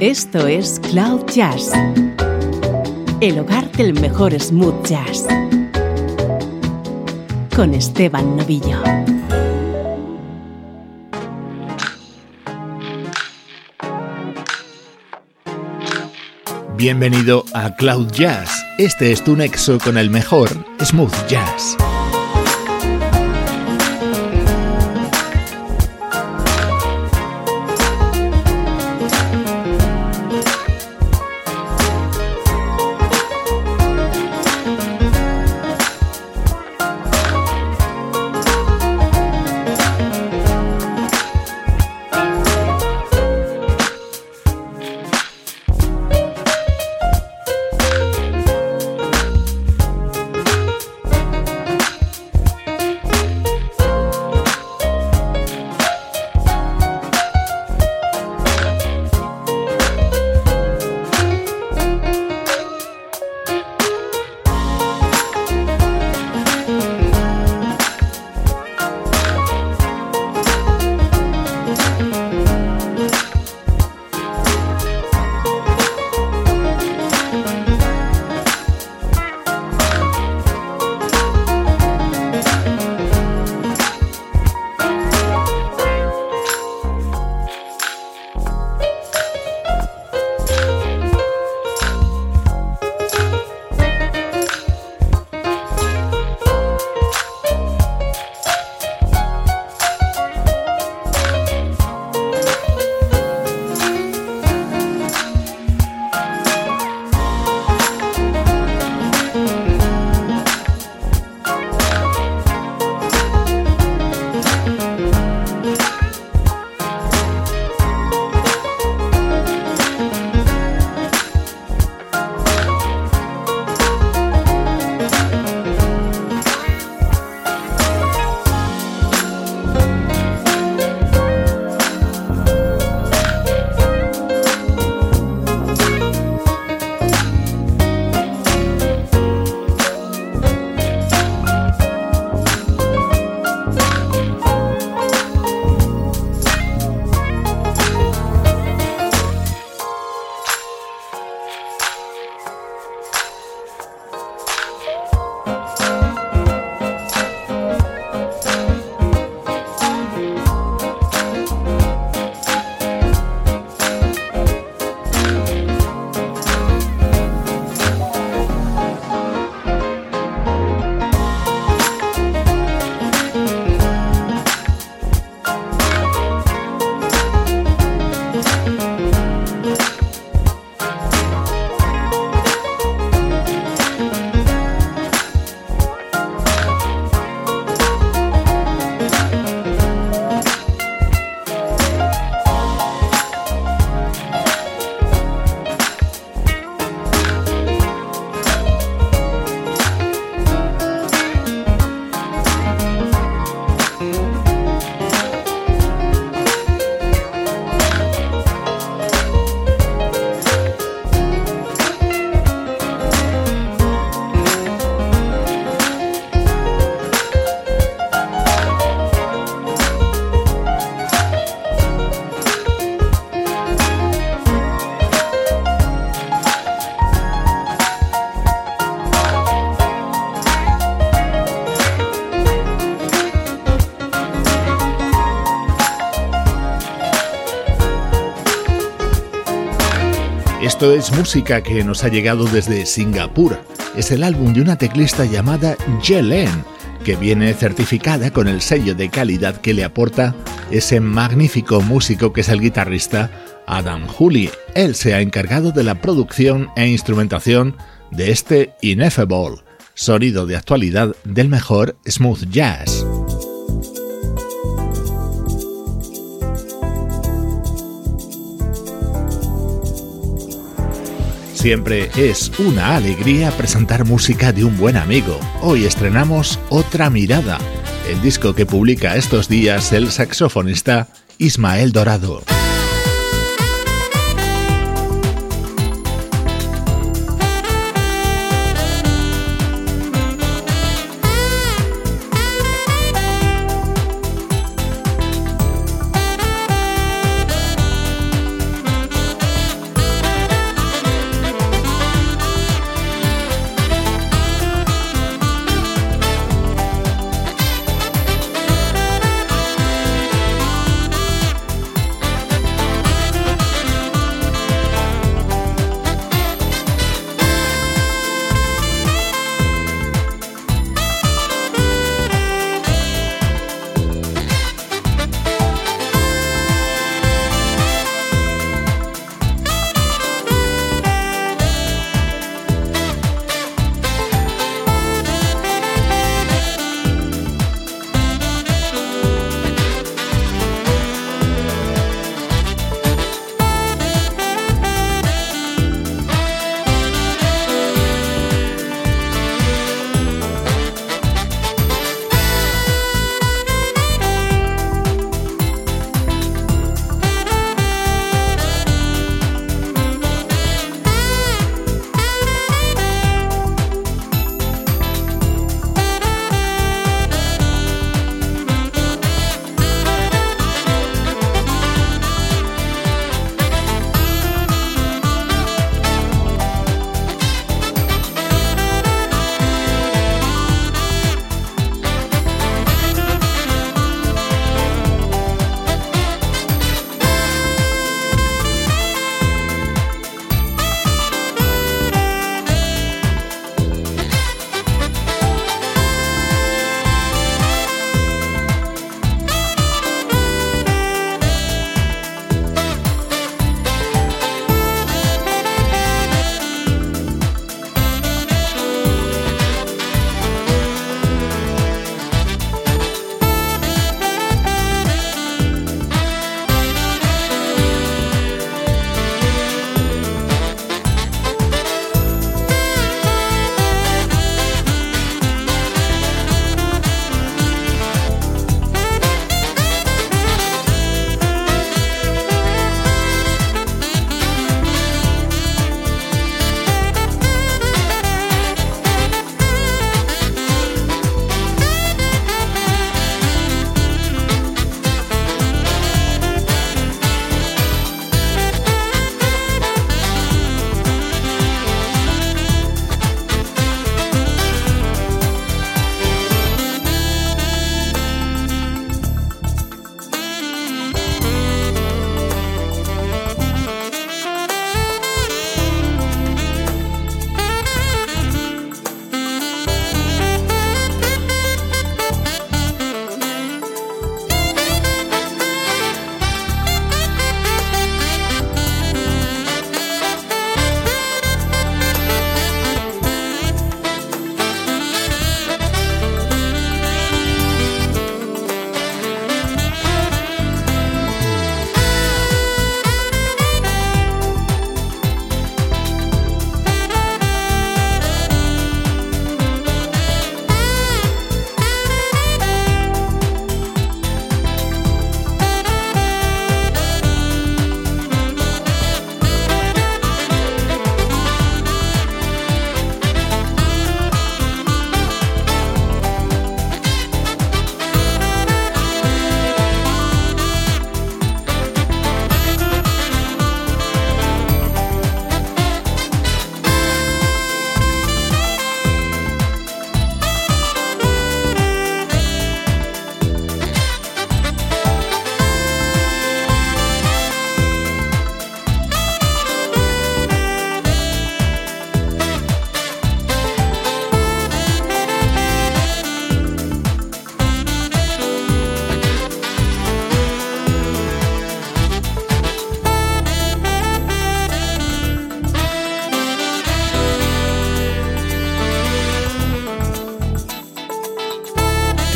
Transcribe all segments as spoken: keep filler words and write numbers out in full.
Esto es Cloud Jazz, el hogar del mejor smooth jazz, con Esteban Novillo. Bienvenido a Cloud Jazz. Este es tu nexo con el mejor smooth jazz. Esto es música que nos ha llegado desde Singapur. Es el álbum de una teclista llamada Jelen, que viene certificada con el sello de calidad que le aporta ese magnífico músico que es el guitarrista Adam Hooley. Él se ha encargado de la producción e instrumentación de este Ineffable, sonido de actualidad del mejor smooth jazz. Siempre es una alegría presentar música de un buen amigo. Hoy estrenamos Otra Mirada, el disco que publica estos días el saxofonista Ismael Dorado.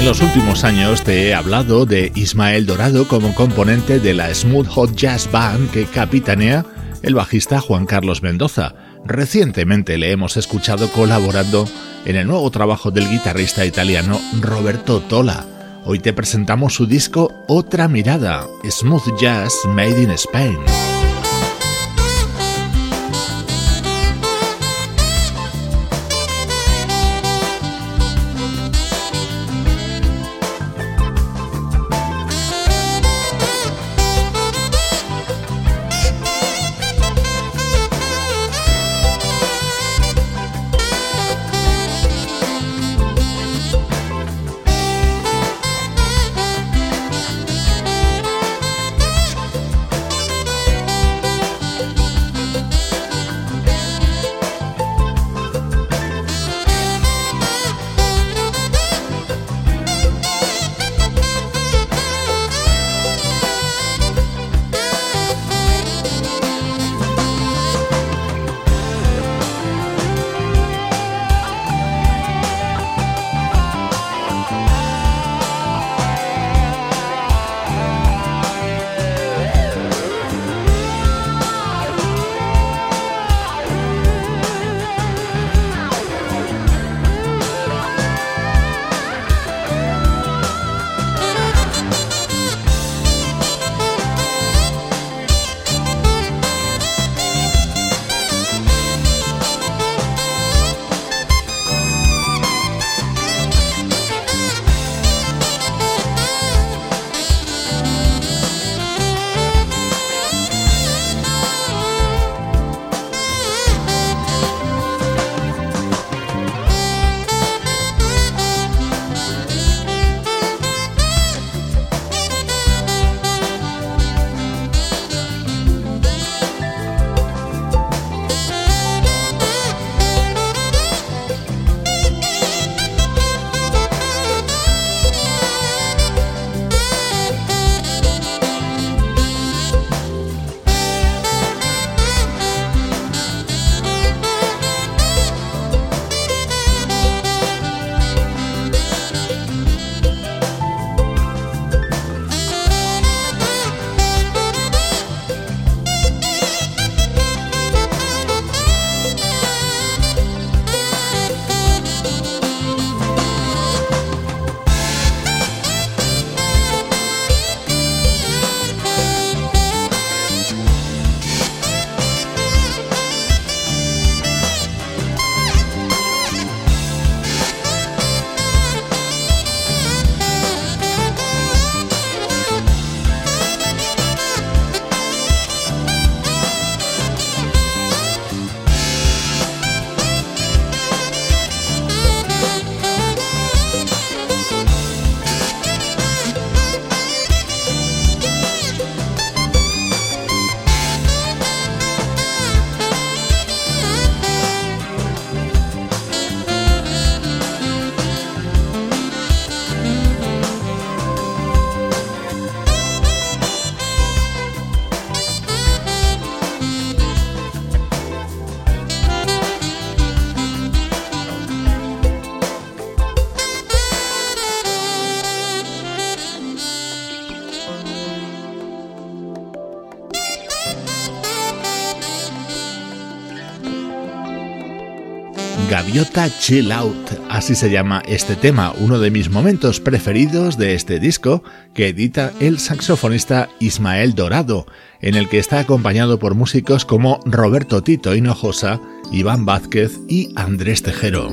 los últimos años te he hablado de Ismael Dorado como componente de la Smooth Hot Jazz Band que capitanea el bajista Juan Carlos Mendoza. Recientemente le hemos escuchado colaborando en el nuevo trabajo del guitarrista italiano Roberto Tola. Hoy te presentamos su disco Otra Mirada, Smooth Jazz Made in Spain. Gaviota Chill Out, así se llama este tema, uno de mis momentos preferidos de este disco que edita el saxofonista Ismael Dorado, en el que está acompañado por músicos como Roberto Tito Hinojosa, Iván Vázquez y Andrés Tejero.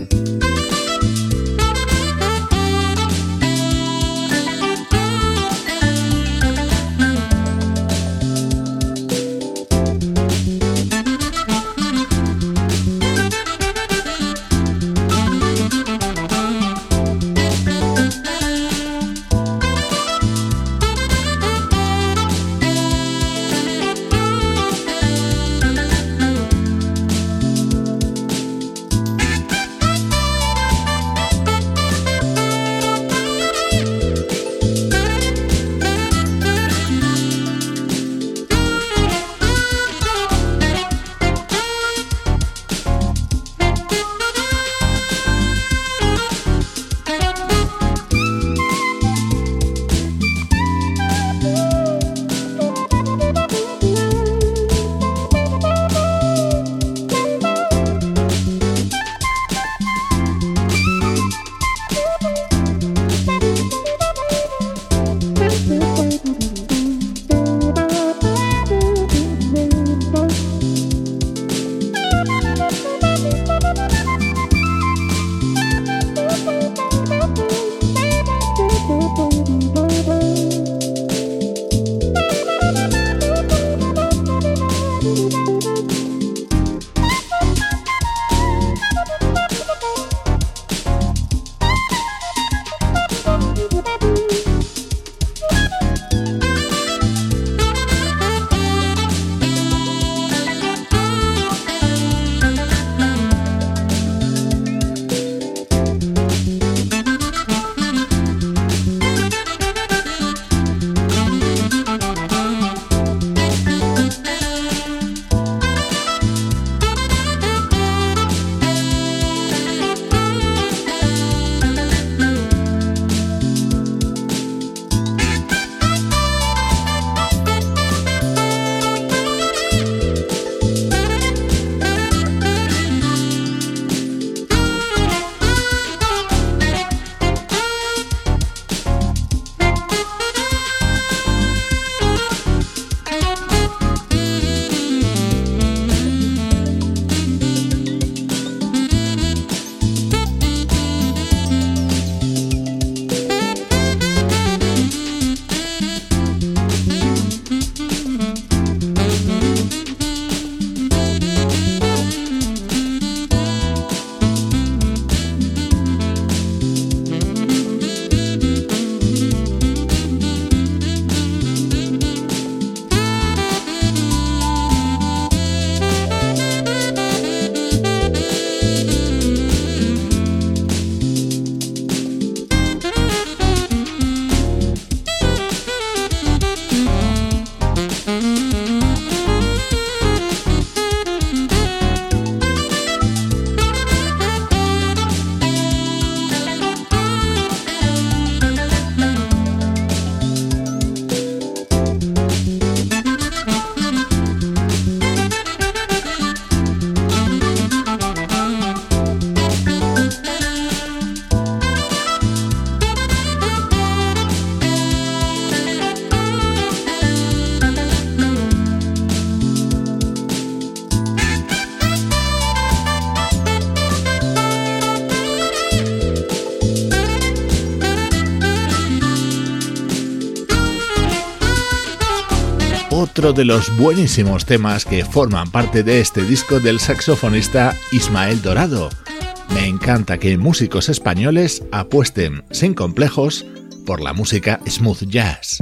otro de los buenísimos temas que forman parte de este disco del saxofonista Ismael Dorado. Me encanta que músicos españoles apuesten sin complejos por la música smooth jazz.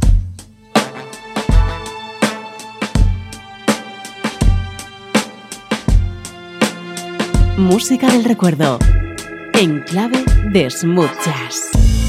Música del recuerdo, en clave de smooth jazz.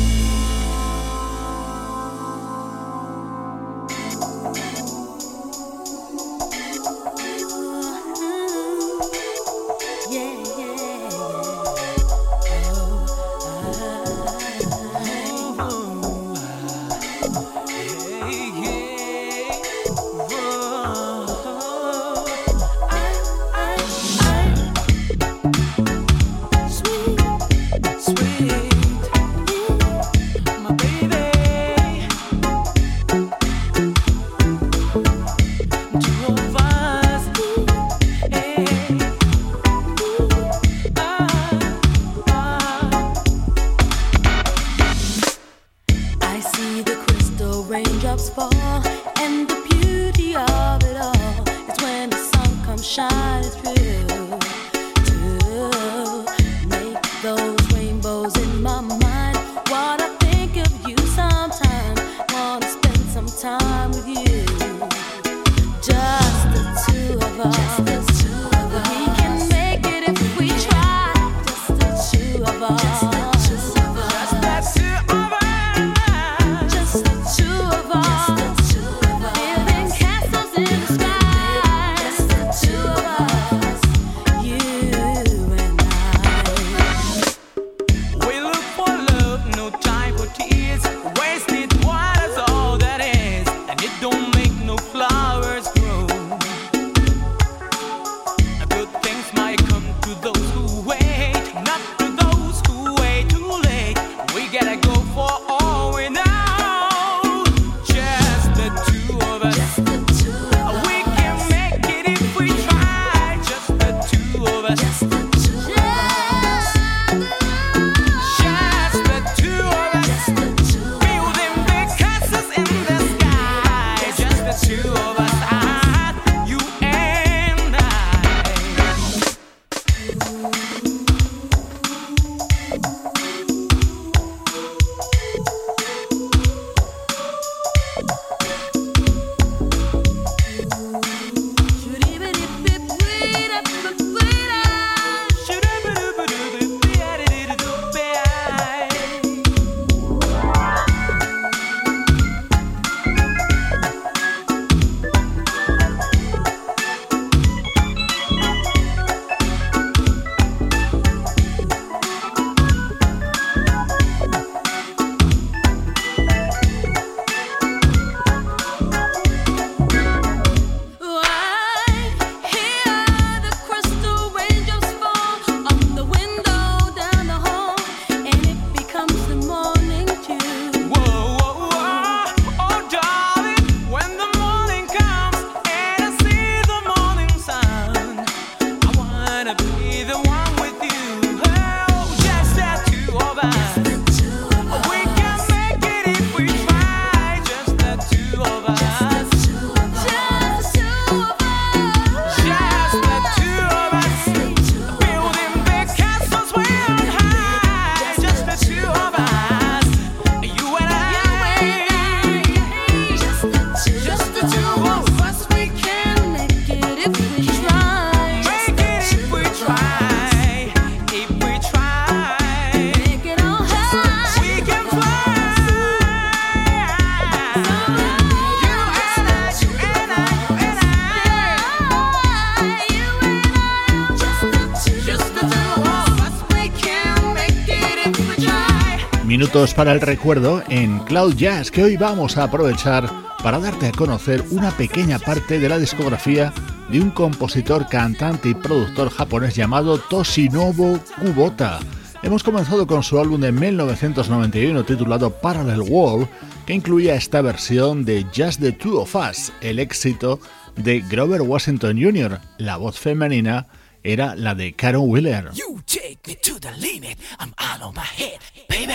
Minutos para el recuerdo en Cloud Jazz, que hoy vamos a aprovechar para darte a conocer una pequeña parte de la discografía de un compositor, cantante y productor japonés llamado Toshinobu Kubota. Hemos comenzado con su álbum de mil novecientos noventa y uno titulado Parallel World, que incluía esta versión de Just the Two of Us, el éxito de Grover Washington junior La voz femenina era la de Carol Wheeler. You take me to the limit, I'm out of my head, baby.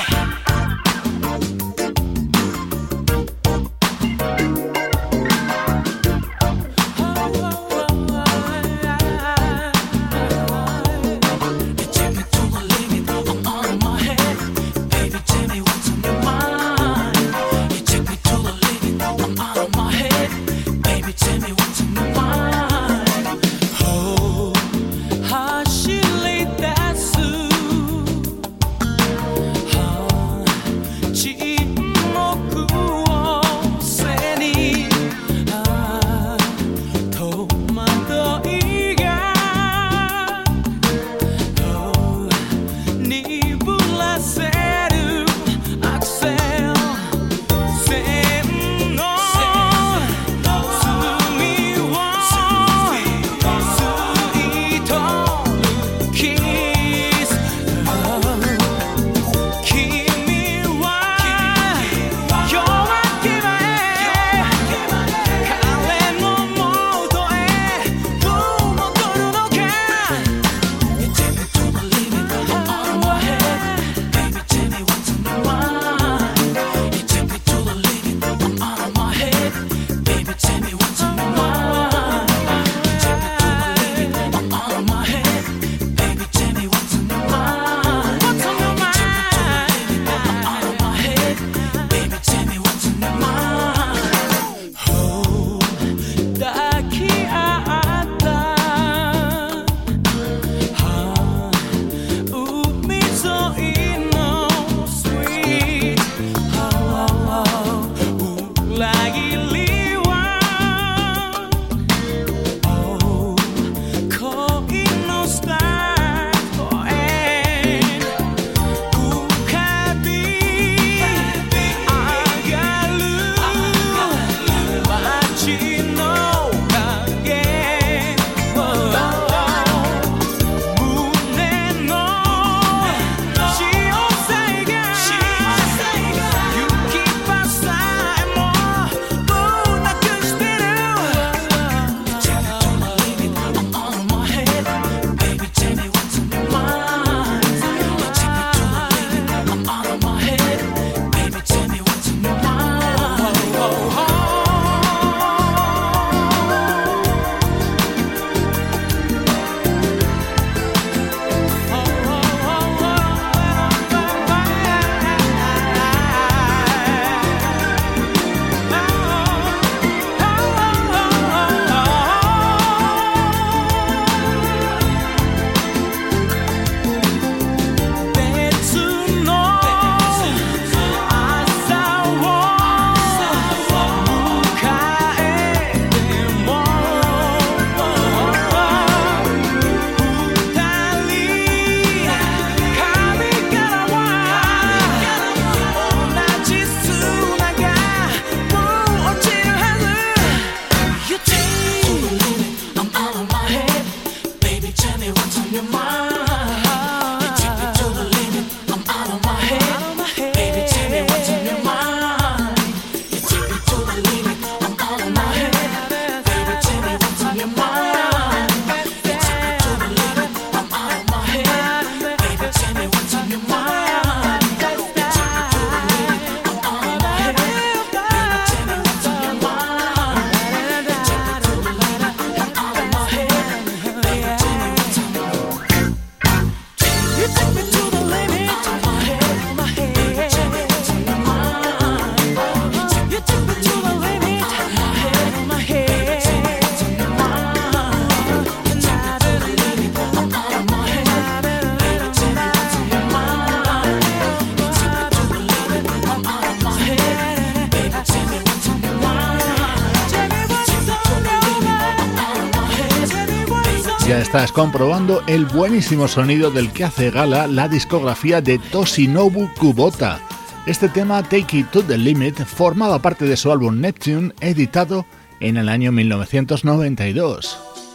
Ya estás comprobando el buenísimo sonido del que hace gala la discografía de Toshinobu Kubota. Este tema, Take It to the Limit, formaba parte de su álbum Neptune, editado en el año mil novecientos noventa y dos.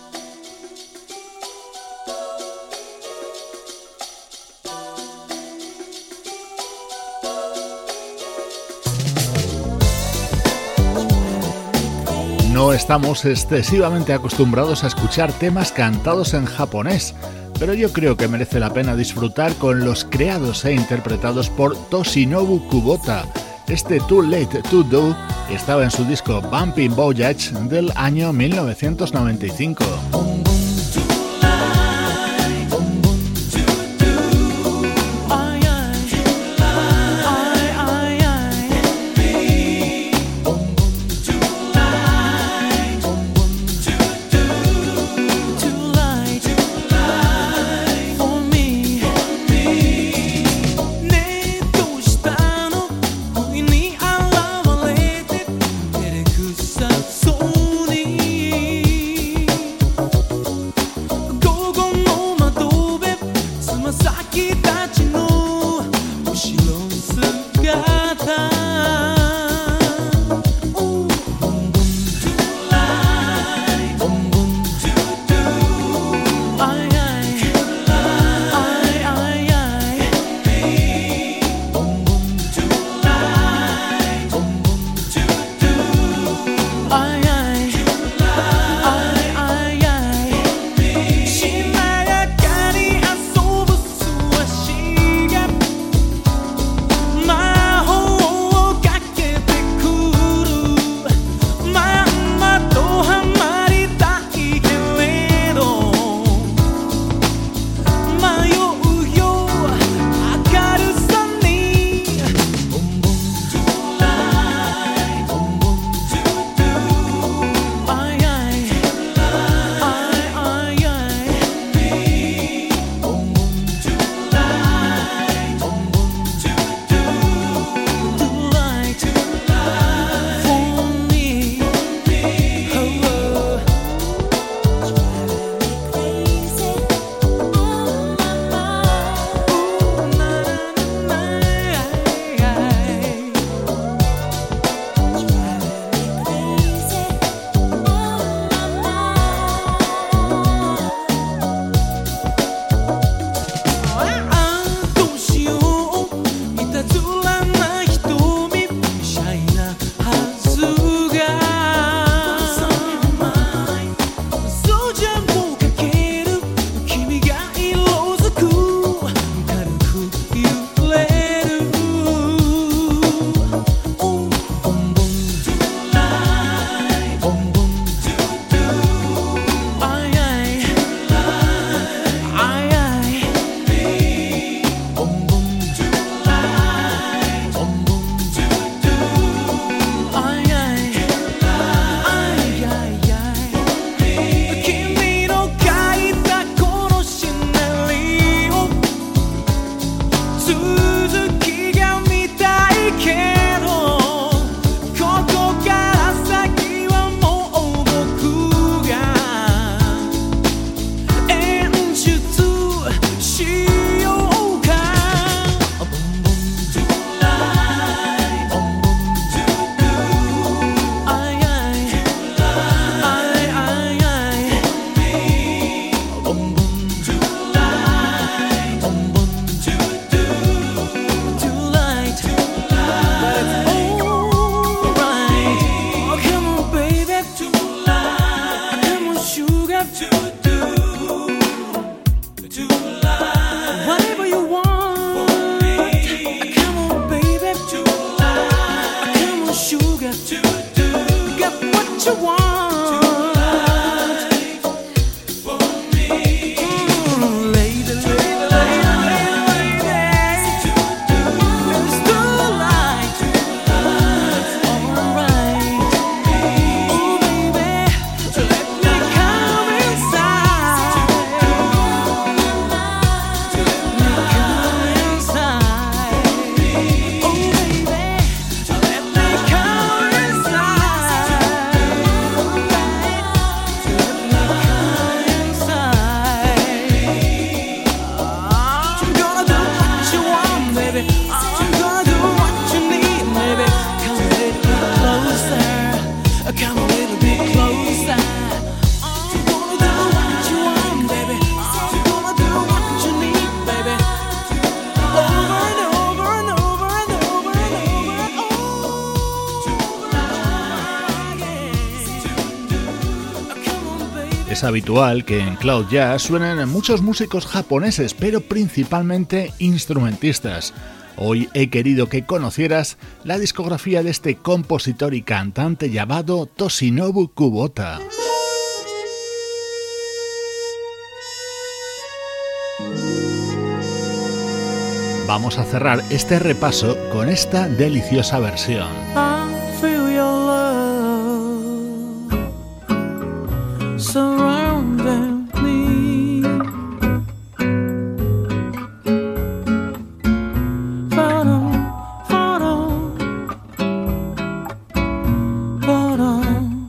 No estamos excesivamente acostumbrados a escuchar temas cantados en japonés, pero yo creo que merece la pena disfrutar con los creados e interpretados por Toshinobu Kubota. Este Too Late to Do estaba en su disco Bumping Voyage del año mil novecientos noventa y cinco. Es habitual que en Cloud Jazz suenen muchos músicos japoneses, pero principalmente instrumentistas. Hoy he querido que conocieras la discografía de este compositor y cantante llamado Toshinobu Kubota. Vamos a cerrar este repaso con esta deliciosa versión. Surrounding me, ba-dum, ba-dum, ba-dum.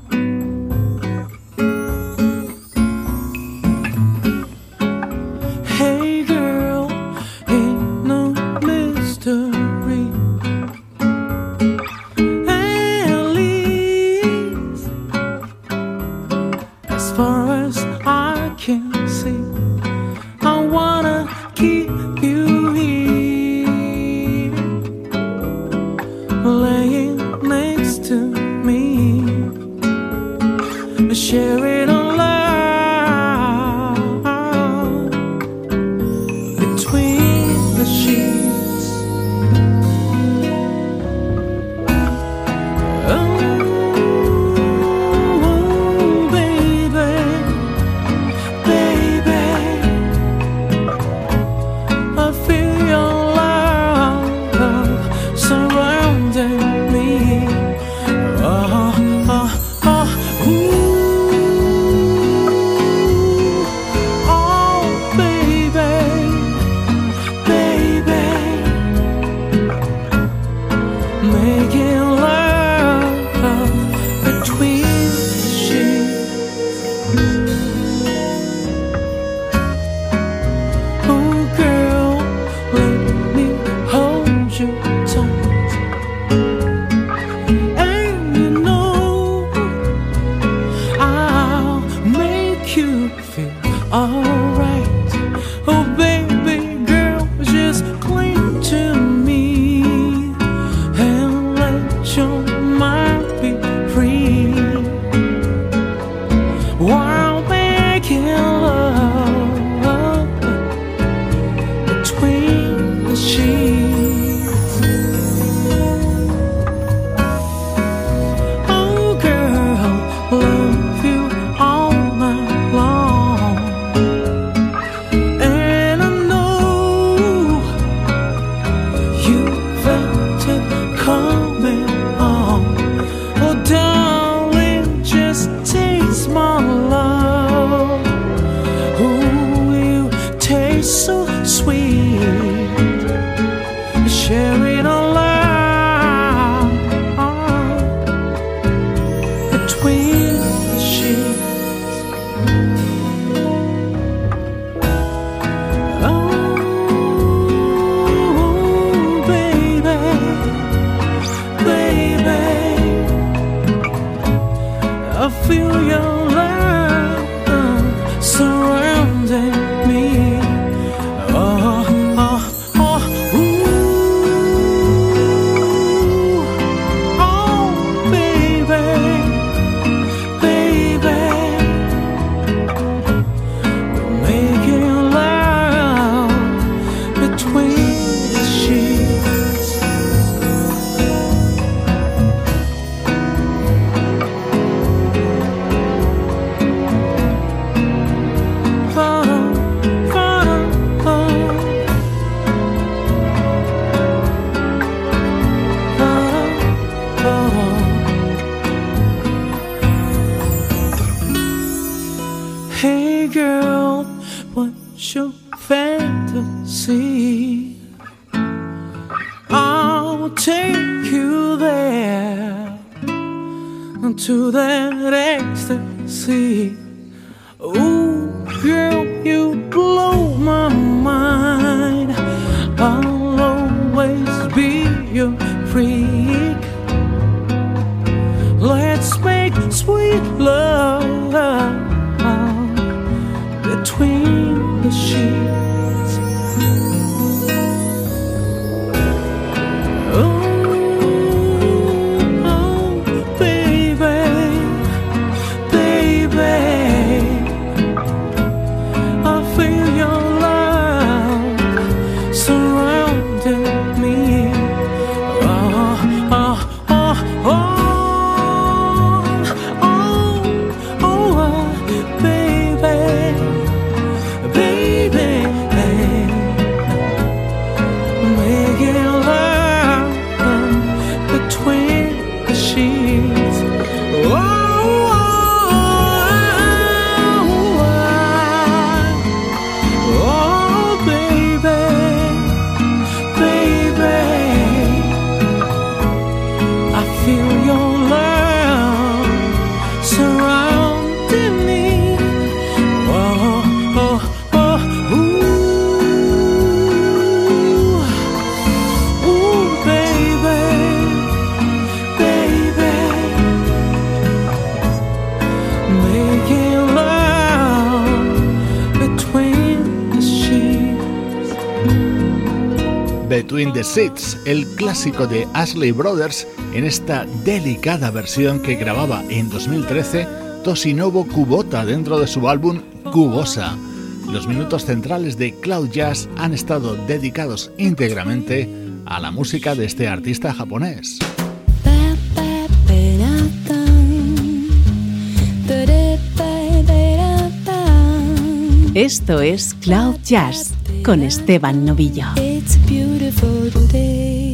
Hey girl, ain't no mystery, at least as far as I can see. I wanna keep you here, laying next to me, sharing a love between the sheets. Oh, your fantasy. I'll take you there to that ecstasy. Ooh, girl, you blow my mind. I'll always be your freak. Let's make sweet love between the sheets. Oh, oh, baby, baby, I feel your love surrounding me. Oh, oh, oh, oh. Between the Seats, el clásico de Ashley Brothers, en esta delicada versión que grababa en dos mil trece Toshinobu Kubota dentro de su álbum Cubosa. Los minutos centrales de Cloud Jazz han estado dedicados íntegramente a la música de este artista japonés. Esto es Cloud Jazz con Esteban Novillo. It's a beautiful day.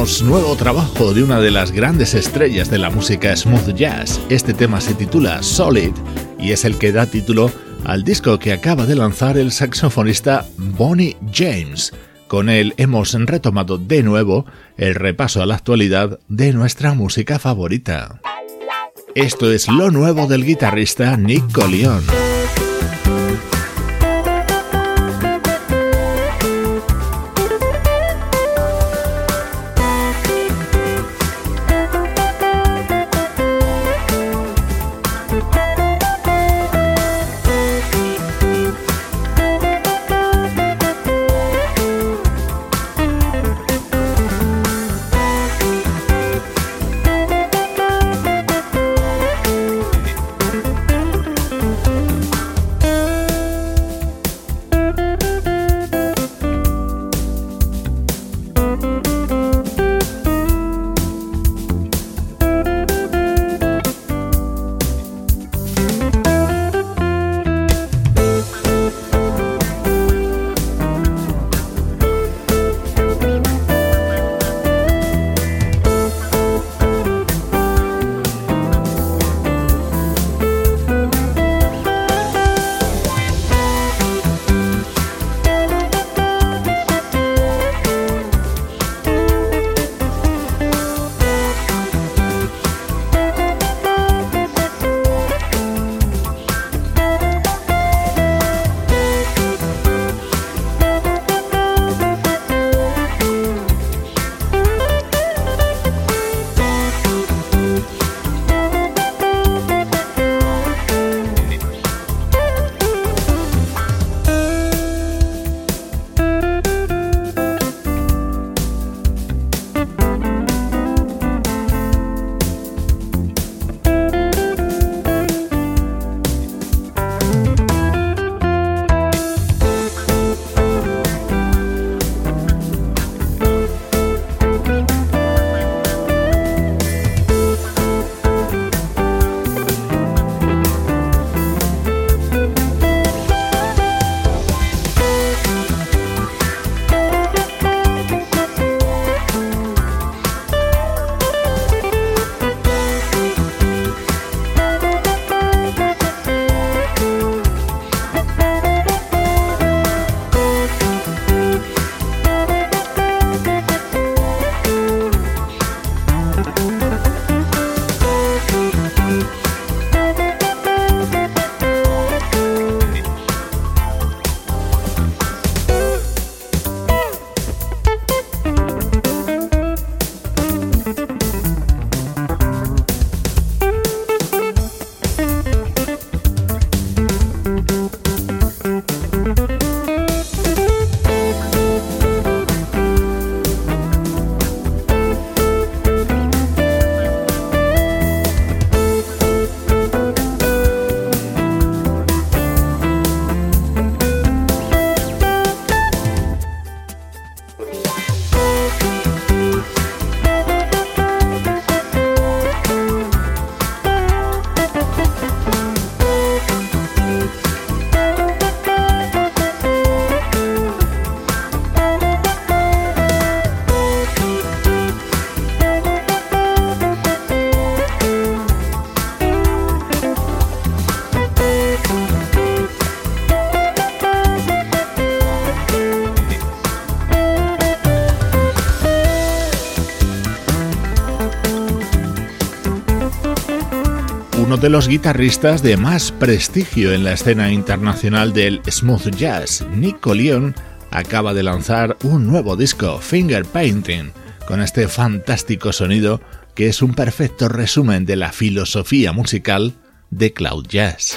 Tenemos nuevo trabajo de una de las grandes estrellas de la música smooth jazz. Este tema se titula Solid y es el que da título al disco que acaba de lanzar el saxofonista Bonnie James. Con él hemos retomado de nuevo el repaso a la actualidad de nuestra música favorita. Esto es lo nuevo del guitarrista Nick Collion. uno de los guitarristas de más prestigio en la escena internacional del smooth jazz, Nick Collion, acaba de lanzar un nuevo disco, Finger Painting, con este fantástico sonido que es un perfecto resumen de la filosofía musical de Cloud Jazz.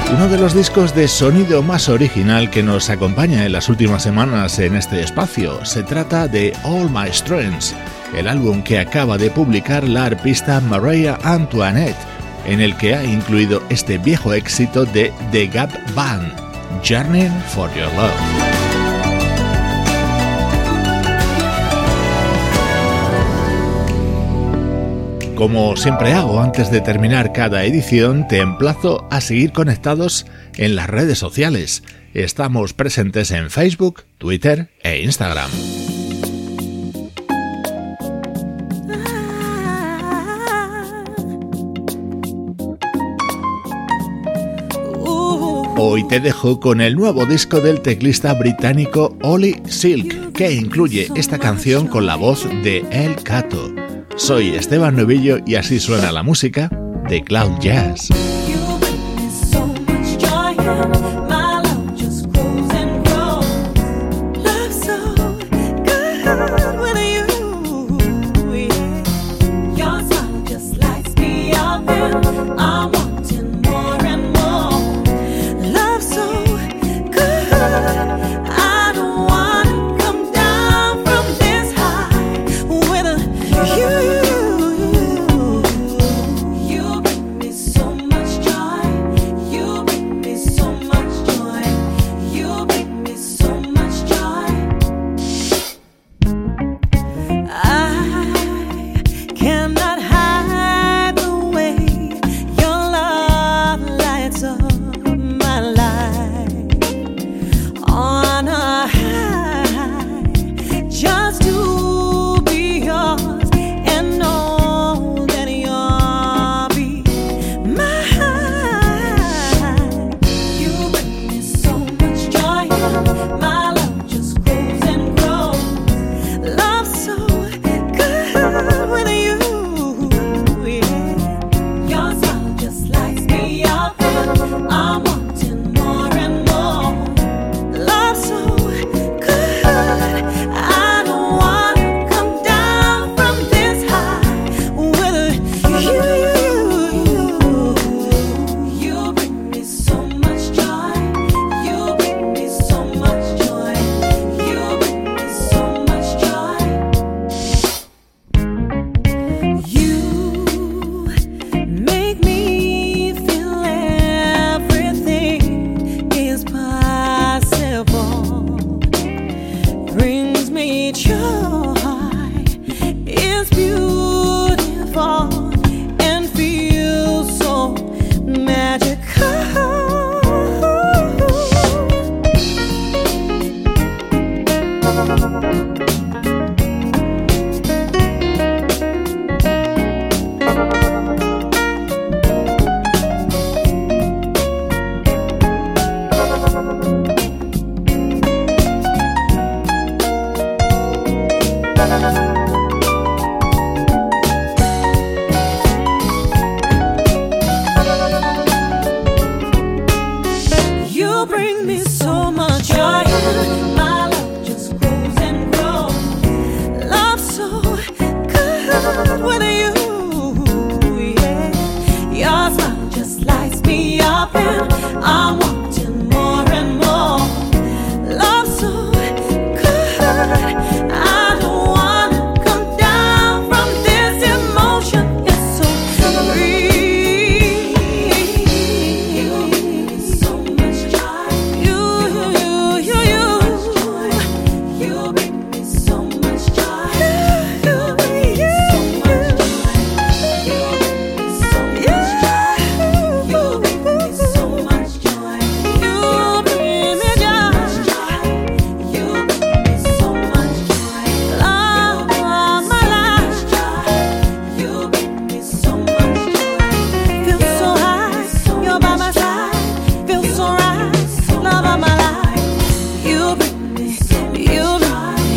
Uno de los discos de sonido más original que nos acompaña en las últimas semanas en este espacio. Se trata de All My Strengths, el álbum que acaba de publicar la arpista Maria Antoinette, en el que ha incluido este viejo éxito de The Gap Band, Journey for Your Love. Como siempre hago antes de terminar cada edición, te emplazo a seguir conectados en las redes sociales. Estamos presentes en Facebook, Twitter e Instagram. Hoy te dejo con el nuevo disco del teclista británico Ollie Silk, que incluye esta canción con la voz de El Cato. Soy Esteban Novillo y así suena la música de Cloud Jazz.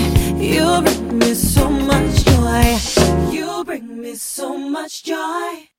So much joy.